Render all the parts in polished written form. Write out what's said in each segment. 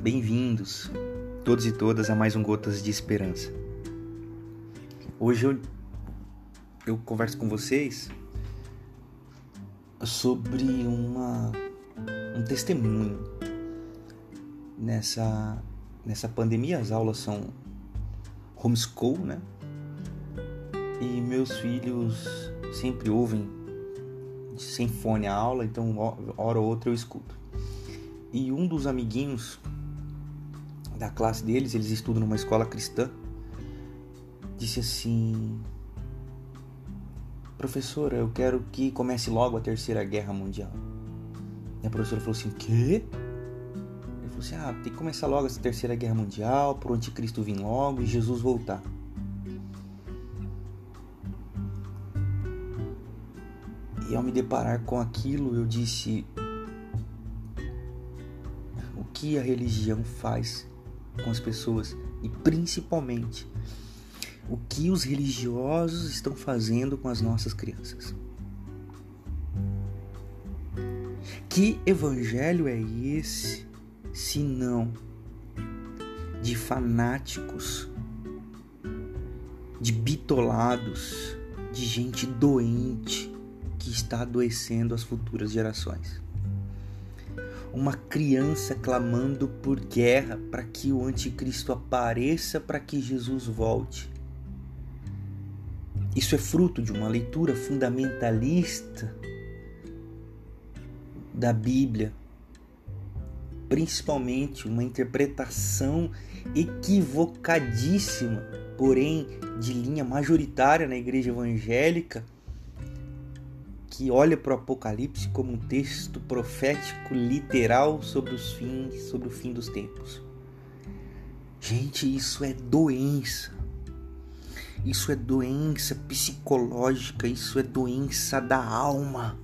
bem-vindos todos e todas a mais um Gotas de Esperança. Hoje eu converso com vocês sobre um testemunho. Nessa pandemia as aulas são homeschool, né? E meus filhos sempre ouvem sem fone a aula, então hora ou outra eu escuto. E um dos amiguinhos da classe deles, eles estudam numa escola cristã, disse assim: professora, eu quero que comece logo a Terceira Guerra Mundial. E a professora falou assim: quê? Ele falou assim: tem que começar logo essa Terceira Guerra Mundial, pro anticristo vir logo e Jesus voltar. E ao me deparar com aquilo, eu disse: o que a religião faz com as pessoas? E principalmente, o que os religiosos estão fazendo com as nossas crianças? Que evangelho é esse, se não de fanáticos, de bitolados, de gente doente que está adoecendo as futuras gerações? Uma criança clamando por guerra para que o anticristo apareça, para que Jesus volte. Isso é fruto de uma leitura fundamentalista da Bíblia, principalmente uma interpretação equivocadíssima, porém de linha majoritária na igreja evangélica, que olha para o Apocalipse como um texto profético literal sobre o fim dos tempos. Gente, isso é doença. Isso é doença psicológica, isso é doença da alma.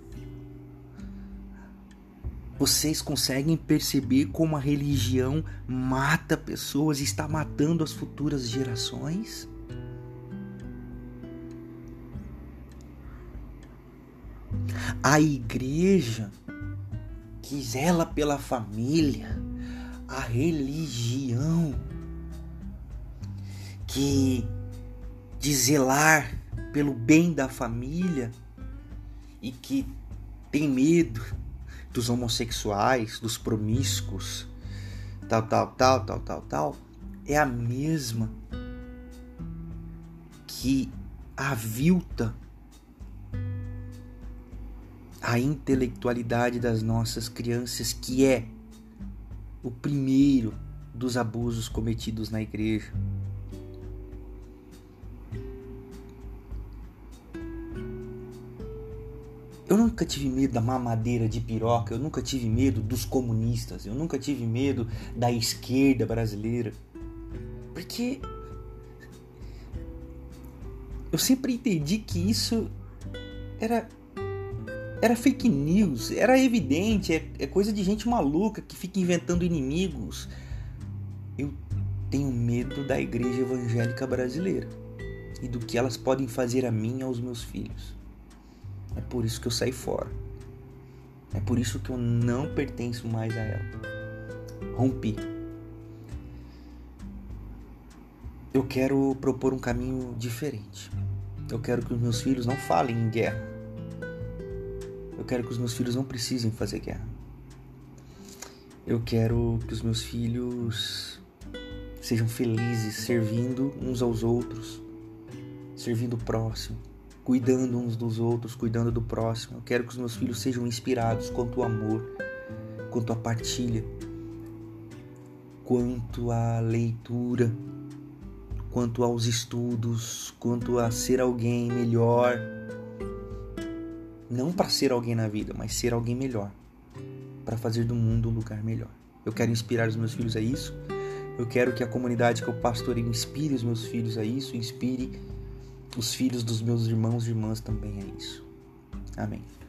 Vocês conseguem perceber como a religião mata pessoas e está matando as futuras gerações? A igreja que zela pela família, a religião que de zelar pelo bem da família e que tem medo dos homossexuais, dos promíscuos, tal, é a mesma que avilta a intelectualidade das nossas crianças, que é o primeiro dos abusos cometidos na igreja. Eu nunca tive medo da mamadeira de piroca, eu nunca tive medo dos comunistas, eu nunca tive medo da esquerda brasileira, porque eu sempre entendi que isso era fake news, era evidente, é coisa de gente maluca que fica inventando inimigos. Eu tenho medo da igreja evangélica brasileira e do que elas podem fazer a mim e aos meus filhos. É por isso que eu saí fora. É por isso que eu não pertenço mais a ela. Rompi. Eu quero propor um caminho diferente. Eu quero que os meus filhos não falem em guerra. Eu quero que os meus filhos não precisem fazer guerra. Eu quero que os meus filhos sejam felizes servindo uns aos outros, servindo o próximo, cuidando uns dos outros, cuidando do próximo. Eu quero que os meus filhos sejam inspirados quanto ao amor, quanto à partilha, quanto à leitura, quanto aos estudos, quanto a ser alguém melhor. Não para ser alguém na vida, mas ser alguém melhor, para fazer do mundo um lugar melhor. Eu quero inspirar os meus filhos a isso. Eu quero que a comunidade que eu pastoreio inspire os meus filhos a isso, inspire os filhos dos meus irmãos e irmãs também a isso. Amém.